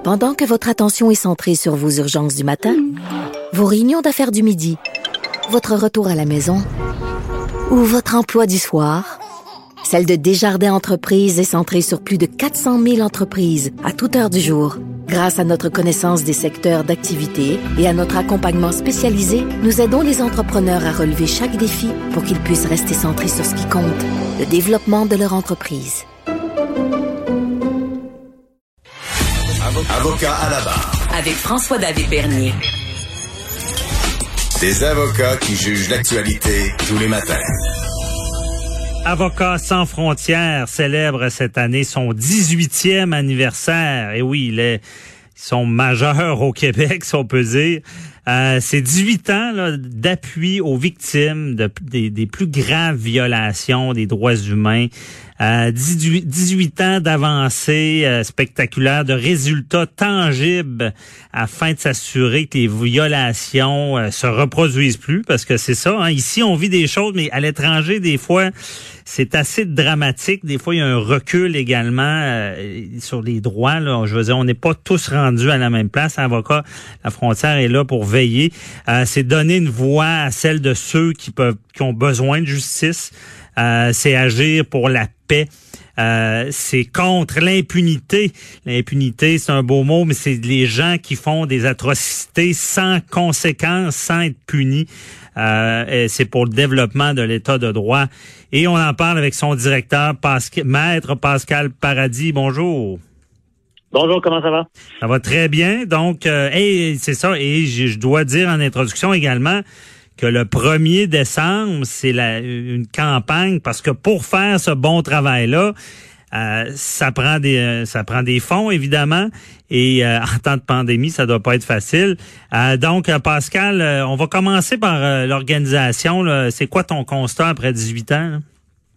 Pendant que votre attention est centrée sur vos urgences du matin, vos réunions d'affaires du midi, votre retour à la maison ou votre emploi du soir, celle de Desjardins Entreprises est centrée sur plus de 400 000 entreprises à toute heure du jour. Grâce à notre connaissance des secteurs d'activité et à notre accompagnement spécialisé, nous aidons les entrepreneurs à relever chaque défi pour qu'ils puissent rester centrés sur ce qui compte, le développement de leur entreprise. Avocat à la barre. Avec François-David Bernier. Des avocats qui jugent l'actualité tous les matins. Avocats sans frontières célèbre cette année son 18e anniversaire. Et oui, ils sont majeurs au Québec, si on peut dire. C'est 18 ans là, d'appui aux victimes des plus graves violations des droits humains. 18 ans d'avancées spectaculaires, de résultats tangibles afin de s'assurer que les violations se reproduisent plus, parce que c'est ça, hein, ici on vit des choses, mais à l'étranger des fois c'est assez dramatique. Des fois il y a un recul également sur les droits. Là, je veux dire, on n'est pas tous rendus à la même place. Avocat, la frontière est là pour veiller. C'est donner une voix à celles de ceux qui ont besoin de justice. C'est agir pour la paix. C'est contre l'impunité. L'impunité, c'est un beau mot, mais c'est les gens qui font des atrocités sans conséquences, sans être punis. C'est pour le développement de l'État de droit. Et on en parle avec son directeur, Maître Pascal Paradis. Bonjour. Bonjour, comment ça va? Ça va très bien. Donc, c'est ça. Et je dois dire en introduction également que le 1er décembre, c'est une campagne, parce que pour faire ce bon travail-là, ça prend des fonds, évidemment, et en temps de pandémie, ça doit pas être facile. Donc, Pascal, on va commencer par l'organisation. Là. C'est quoi ton constat après 18 ans? Là?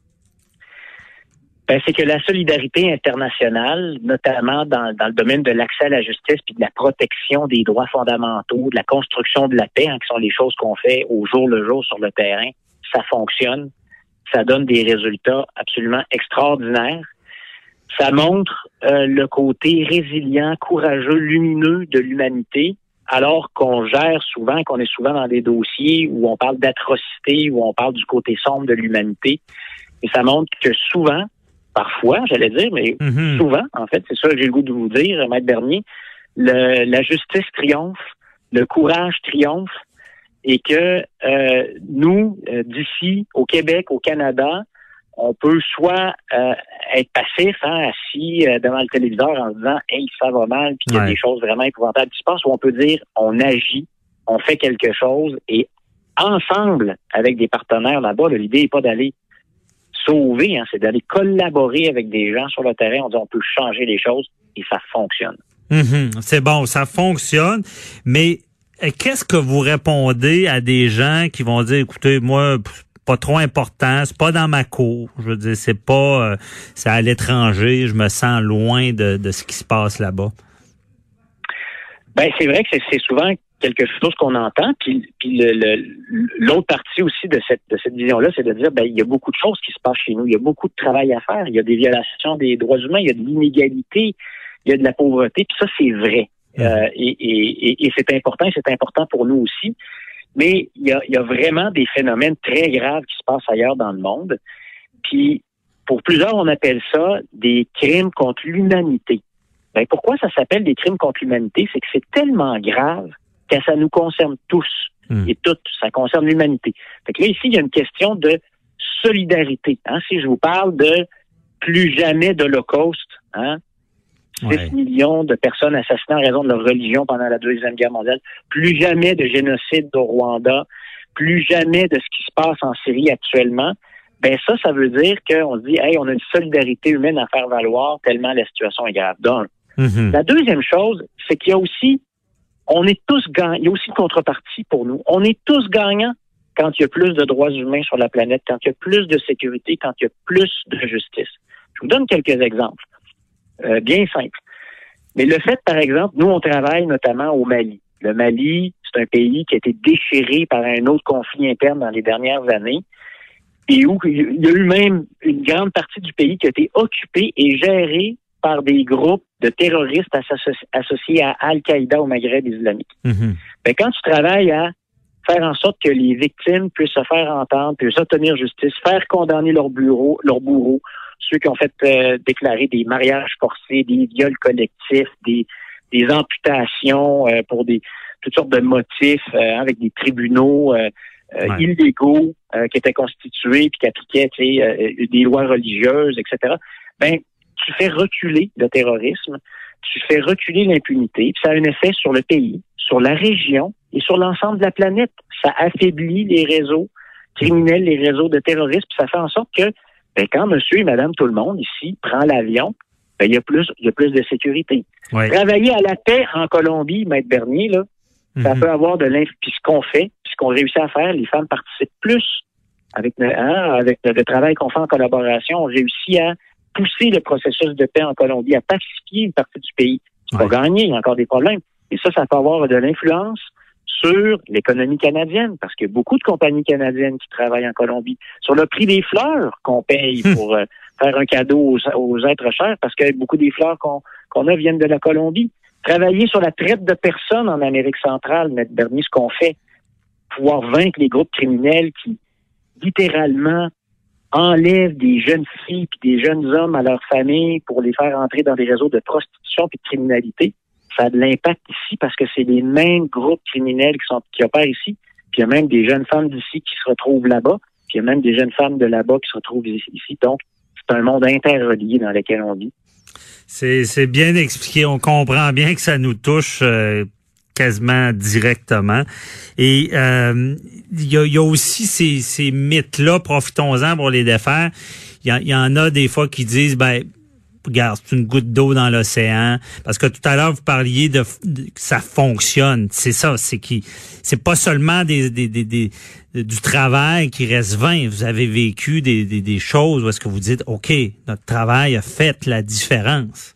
C'est que la solidarité internationale, notamment dans le domaine de l'accès à la justice puis de la protection des droits fondamentaux, de la construction de la paix, hein, qui sont les choses qu'on fait au jour le jour sur le terrain, ça fonctionne. Ça donne des résultats absolument extraordinaires. Ça montre le côté résilient, courageux, lumineux de l'humanité, alors qu'on est souvent dans des dossiers où on parle d'atrocité, où on parle du côté sombre de l'humanité. Et ça montre que souvent, parfois, j'allais dire, mais souvent, en fait, c'est ça que j'ai le goût de vous dire, Maître Bernier, la justice triomphe, le courage triomphe, et que nous, d'ici, au Québec, au Canada, on peut soit être passif, hein, assis devant le téléviseur en se disant « Hey, ça va mal », puis il y a des choses vraiment épouvantables qui se passent, ou on peut dire « On agit, on fait quelque chose », et ensemble, avec des partenaires là-bas, l'idée n'est pas d'aller sauver, hein, c'est d'aller collaborer avec des gens sur le terrain. On dit on peut changer les choses et ça fonctionne. C'est bon, ça fonctionne. Mais qu'est-ce que vous répondez à des gens qui vont dire, écoutez, moi, pas trop important, c'est pas dans ma cour. Je veux dire, c'est à l'étranger, je me sens loin de ce qui se passe là-bas. C'est vrai que c'est souvent quelque chose qu'on entend, puis l'autre partie aussi de cette vision-là, c'est de dire, il y a beaucoup de choses qui se passent chez nous, il y a beaucoup de travail à faire, il y a des violations des droits humains, il y a de l'inégalité, il y a de la pauvreté, puis ça, c'est vrai. Et c'est important pour nous aussi, mais il y a vraiment des phénomènes très graves qui se passent ailleurs dans le monde, puis pour plusieurs, on appelle ça des crimes contre l'humanité. Pourquoi ça s'appelle des crimes contre l'humanité? C'est que c'est tellement grave que ça nous concerne tous et toutes. Ça concerne l'humanité. Fait que là, ici, il y a une question de solidarité. Hein? Si je vous parle de plus jamais d'Holocauste, hein? 6 millions de personnes assassinées en raison de leur religion pendant la Deuxième Guerre mondiale, plus jamais de génocide au Rwanda, plus jamais de ce qui se passe en Syrie actuellement, ça veut dire qu'on se dit, hey, on a une solidarité humaine à faire valoir tellement la situation est grave. Donc, la deuxième chose, c'est qu'il y a aussi, il y a aussi une contrepartie pour nous. On est tous gagnants quand il y a plus de droits humains sur la planète, quand il y a plus de sécurité, quand il y a plus de justice. Je vous donne quelques exemples, bien simples. Mais le fait, par exemple, nous, on travaille notamment au Mali. Le Mali, c'est un pays qui a été déchiré par un autre conflit interne dans les dernières années et où il y a eu même une grande partie du pays qui a été occupée et gérée par des groupes de terroristes associés à Al-Qaïda au Maghreb islamique. Ben, quand tu travailles à faire en sorte que les victimes puissent se faire entendre, puissent obtenir justice, faire condamner leurs bourreaux, ceux qui ont fait déclarer des mariages forcés, des viols collectifs, des amputations pour toutes sortes de motifs, avec des tribunaux illégaux qui étaient constitués puis qui appliquaient des lois religieuses, etc. Ben, tu fais reculer le terrorisme, tu fais reculer l'impunité, puis ça a un effet sur le pays, sur la région et sur l'ensemble de la planète. Ça affaiblit les réseaux criminels, les réseaux de terrorisme, puis ça fait en sorte que quand monsieur et madame tout le monde ici prend l'avion, ben, il y a plus de sécurité. Ouais. Travailler à la paix en Colombie, Maître Bernier, là, ça peut avoir puis ce qu'on fait, puis ce qu'on réussit à faire, les femmes participent plus avec le travail qu'on fait en collaboration. On réussit à pousser le processus de paix en Colombie, à pacifier une partie du pays. C'est pas gagné, il y a encore des problèmes. Et ça peut avoir de l'influence sur l'économie canadienne, parce qu'il y a beaucoup de compagnies canadiennes qui travaillent en Colombie, sur le prix des fleurs qu'on paye pour faire un cadeau aux êtres chers, parce que beaucoup des fleurs qu'on a viennent de la Colombie. Travailler sur la traite de personnes en Amérique centrale, Maître Bernier, ce qu'on fait, pouvoir vaincre les groupes criminels qui, littéralement, enlèvent des jeunes filles et des jeunes hommes à leur famille pour les faire entrer dans des réseaux de prostitution et de criminalité. Ça a de l'impact ici parce que c'est les mêmes groupes criminels qui opèrent ici. Puis il y a même des jeunes femmes d'ici qui se retrouvent là-bas. Puis il y a même des jeunes femmes de là-bas qui se retrouvent ici. Donc, c'est un monde interrelié dans lequel on vit. C'est bien expliqué. On comprend bien que ça nous touche quasiment directement. Et il y a aussi ces mythes-là, profitons-en pour les défaire. Il y en a des fois qui disent, regarde, c'est une goutte d'eau dans l'océan. Parce que tout à l'heure, vous parliez que ça fonctionne. C'est ça, c'est pas seulement du travail qui reste vain. Vous avez vécu des choses où est-ce que vous dites, OK, notre travail a fait la différence.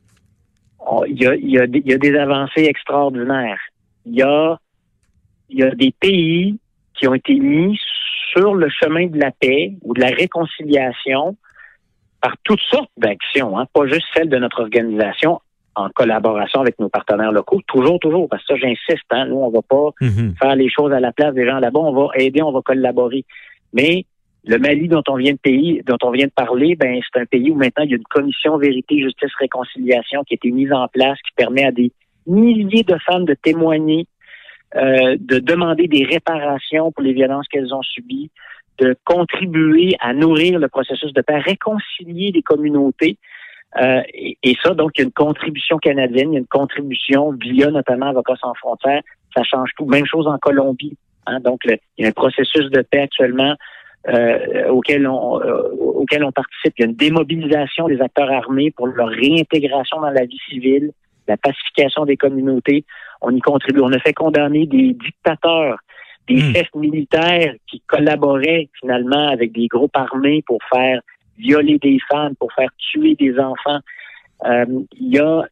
Il y a des avancées extraordinaires. Il y a des pays qui ont été mis sur le chemin de la paix ou de la réconciliation par toutes sortes d'actions, pas juste celles de notre organisation en collaboration avec nos partenaires locaux, toujours, parce que ça, j'insiste, nous, on va pas faire les choses à la place des gens là-bas, on va aider, on va collaborer. Mais le Mali dont on vient de parler, c'est un pays où maintenant il y a une commission vérité, justice, réconciliation qui a été mise en place, qui permet à des milliers de femmes de témoigner, de demander des réparations pour les violences qu'elles ont subies, de contribuer à nourrir le processus de paix, à réconcilier les communautés. Et ça, donc, il y a une contribution canadienne, il y a une contribution via notamment Avocats sans frontières. Ça change tout. Même chose en Colombie. Donc, il y a un processus de paix actuellement auquel on participe. Il y a une démobilisation des acteurs armés pour leur réintégration dans la vie civile, la pacification des communautés. On y contribue. On a fait condamner des dictateurs, des chefs militaires qui collaboraient finalement avec des groupes armés pour faire violer des femmes, pour faire tuer des enfants. Il y a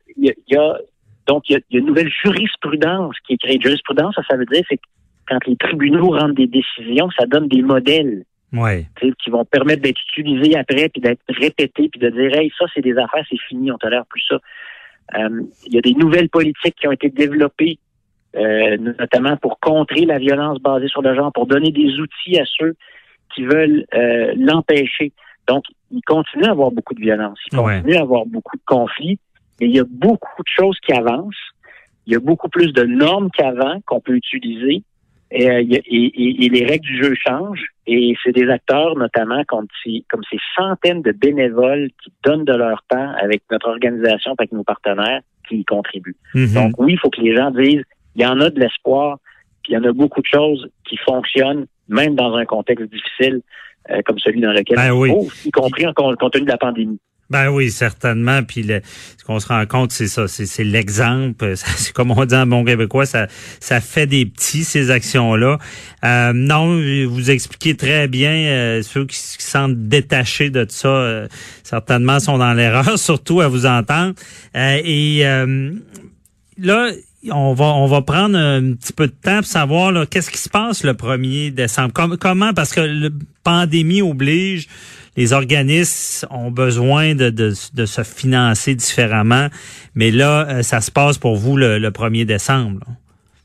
une nouvelle jurisprudence qui est créée. Jurisprudence, ça veut dire, c'est que quand les tribunaux rendent des décisions, ça donne des modèles qui vont permettre d'être utilisés après, puis d'être répétés, puis de dire, hey, ça, c'est des affaires, c'est fini, on tolère plus ça. Il y a des nouvelles politiques qui ont été développées, notamment pour contrer la violence basée sur le genre, pour donner des outils à ceux qui veulent l'empêcher. Donc, il continue à avoir beaucoup de violence, il continue à avoir beaucoup de conflits, mais il y a beaucoup de choses qui avancent. Il y a beaucoup plus de normes qu'avant qu'on peut utiliser. Et les règles du jeu changent. Et c'est des acteurs, notamment, comme ces centaines de bénévoles qui donnent de leur temps avec notre organisation, avec nos partenaires, qui y contribuent. Donc oui, il faut que les gens disent, il y en a de l'espoir, puis il y en a beaucoup de choses qui fonctionnent, même dans un contexte difficile comme celui dans lequel on se trouve, y compris compte tenu de la pandémie. Ben oui, certainement. Puis ce qu'on se rend compte, c'est ça, c'est l'exemple. C'est comme on dit en bon québécois, ça fait des petits, ces actions-là. Non, vous expliquez très bien. Ceux qui se sentent détachés de ça, certainement sont dans l'erreur, surtout à vous entendre. Là, on va prendre un petit peu de temps pour savoir là, qu'est-ce qui se passe le 1er décembre. Comment, parce que la pandémie oblige, les organismes ont besoin de se financer différemment. Mais là, ça se passe pour vous le 1er décembre. Là.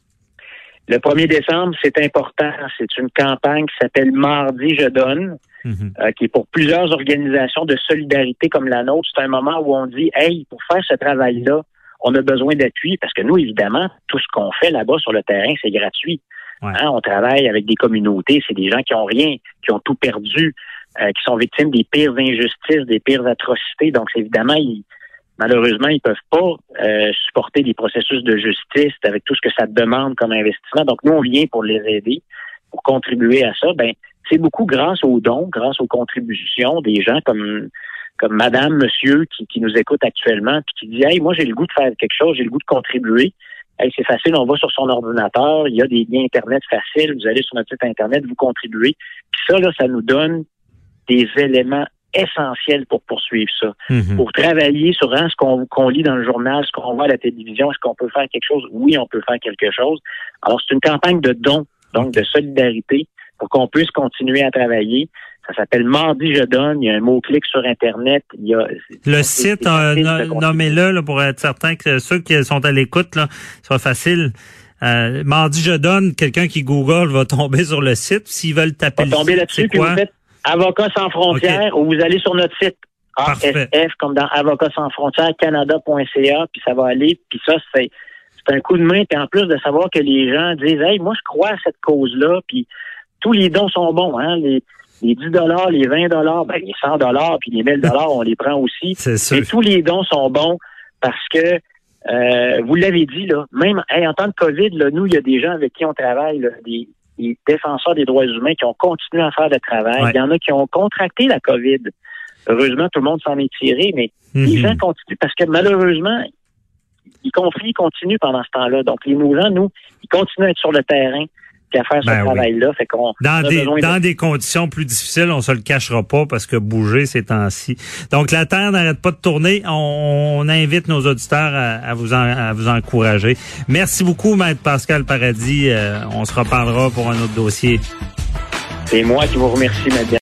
Le 1er décembre, c'est important. C'est une campagne qui s'appelle Mardi, je donne, qui est pour plusieurs organisations de solidarité comme la nôtre. C'est un moment où on dit, hey, pour faire ce travail-là, on a besoin d'appui parce que nous, évidemment, tout ce qu'on fait là-bas sur le terrain, c'est gratuit. Ouais. Hein, on travaille avec des communautés, c'est des gens qui ont rien, qui ont tout perdu, qui sont victimes des pires injustices, des pires atrocités. Donc, évidemment, malheureusement, ils peuvent pas supporter des processus de justice avec tout ce que ça demande comme investissement. Donc, nous, on vient pour les aider, pour contribuer à ça. Ben, c'est beaucoup grâce aux dons, grâce aux contributions des gens comme madame, monsieur qui nous écoute actuellement puis qui dit « Hey, moi, j'ai le goût de faire quelque chose, j'ai le goût de contribuer. Hey, c'est facile, on va sur son ordinateur, il y a des liens Internet faciles, vous allez sur notre site Internet, vous contribuez. » Puis ça, là, ça nous donne des éléments essentiels pour poursuivre ça. Pour travailler sur ce qu'on lit dans le journal, ce qu'on voit à la télévision, est-ce qu'on peut faire quelque chose? Oui, on peut faire quelque chose. Alors, c'est une campagne de dons, donc de solidarité, pour qu'on puisse continuer à travailler. Ça s'appelle Mardi, je donne. Il y a un mot-clic sur Internet. Il y a le site, nommez-le là, pour être certain que ceux qui sont à l'écoute, là, soit facile. Mardi, je donne. Quelqu'un qui Google va tomber sur le site. S'ils veulent taper le site, tomber là-dessus, puis vous faites Avocats sans frontières, ou vous allez sur notre site ASF, comme dans Avocats sans frontières, canada.ca, puis ça va aller. Puis ça, c'est un coup de main. Puis en plus de savoir que les gens disent, hey, moi, je crois à cette cause-là, puis tous les dons sont bons, hein, les 10 $, les 20 $, ben, les 100 $, puis les 1000 $, on les prend aussi. C'est sûr. Et tous les dons sont bons parce que, vous l'avez dit, là, même en temps de COVID, là, nous, il y a des gens avec qui on travaille, là, des défenseurs des droits humains qui ont continué à faire le travail. Il y en a qui ont contracté la COVID. Heureusement, tout le monde s'en est tiré, mais les gens continuent parce que malheureusement, les conflits continuent pendant ce temps-là. Donc, nos gens, nous, ils continuent à être sur le terrain et à faire ce travail-là. Fait qu'on dans des conditions plus difficiles, on se le cachera pas parce que bouger ces temps-ci. Donc, la Terre n'arrête pas de tourner. On invite nos auditeurs à vous encourager. Merci beaucoup, Maître Pascal Paradis. On se reparlera pour un autre dossier. C'est moi qui vous remercie, madame.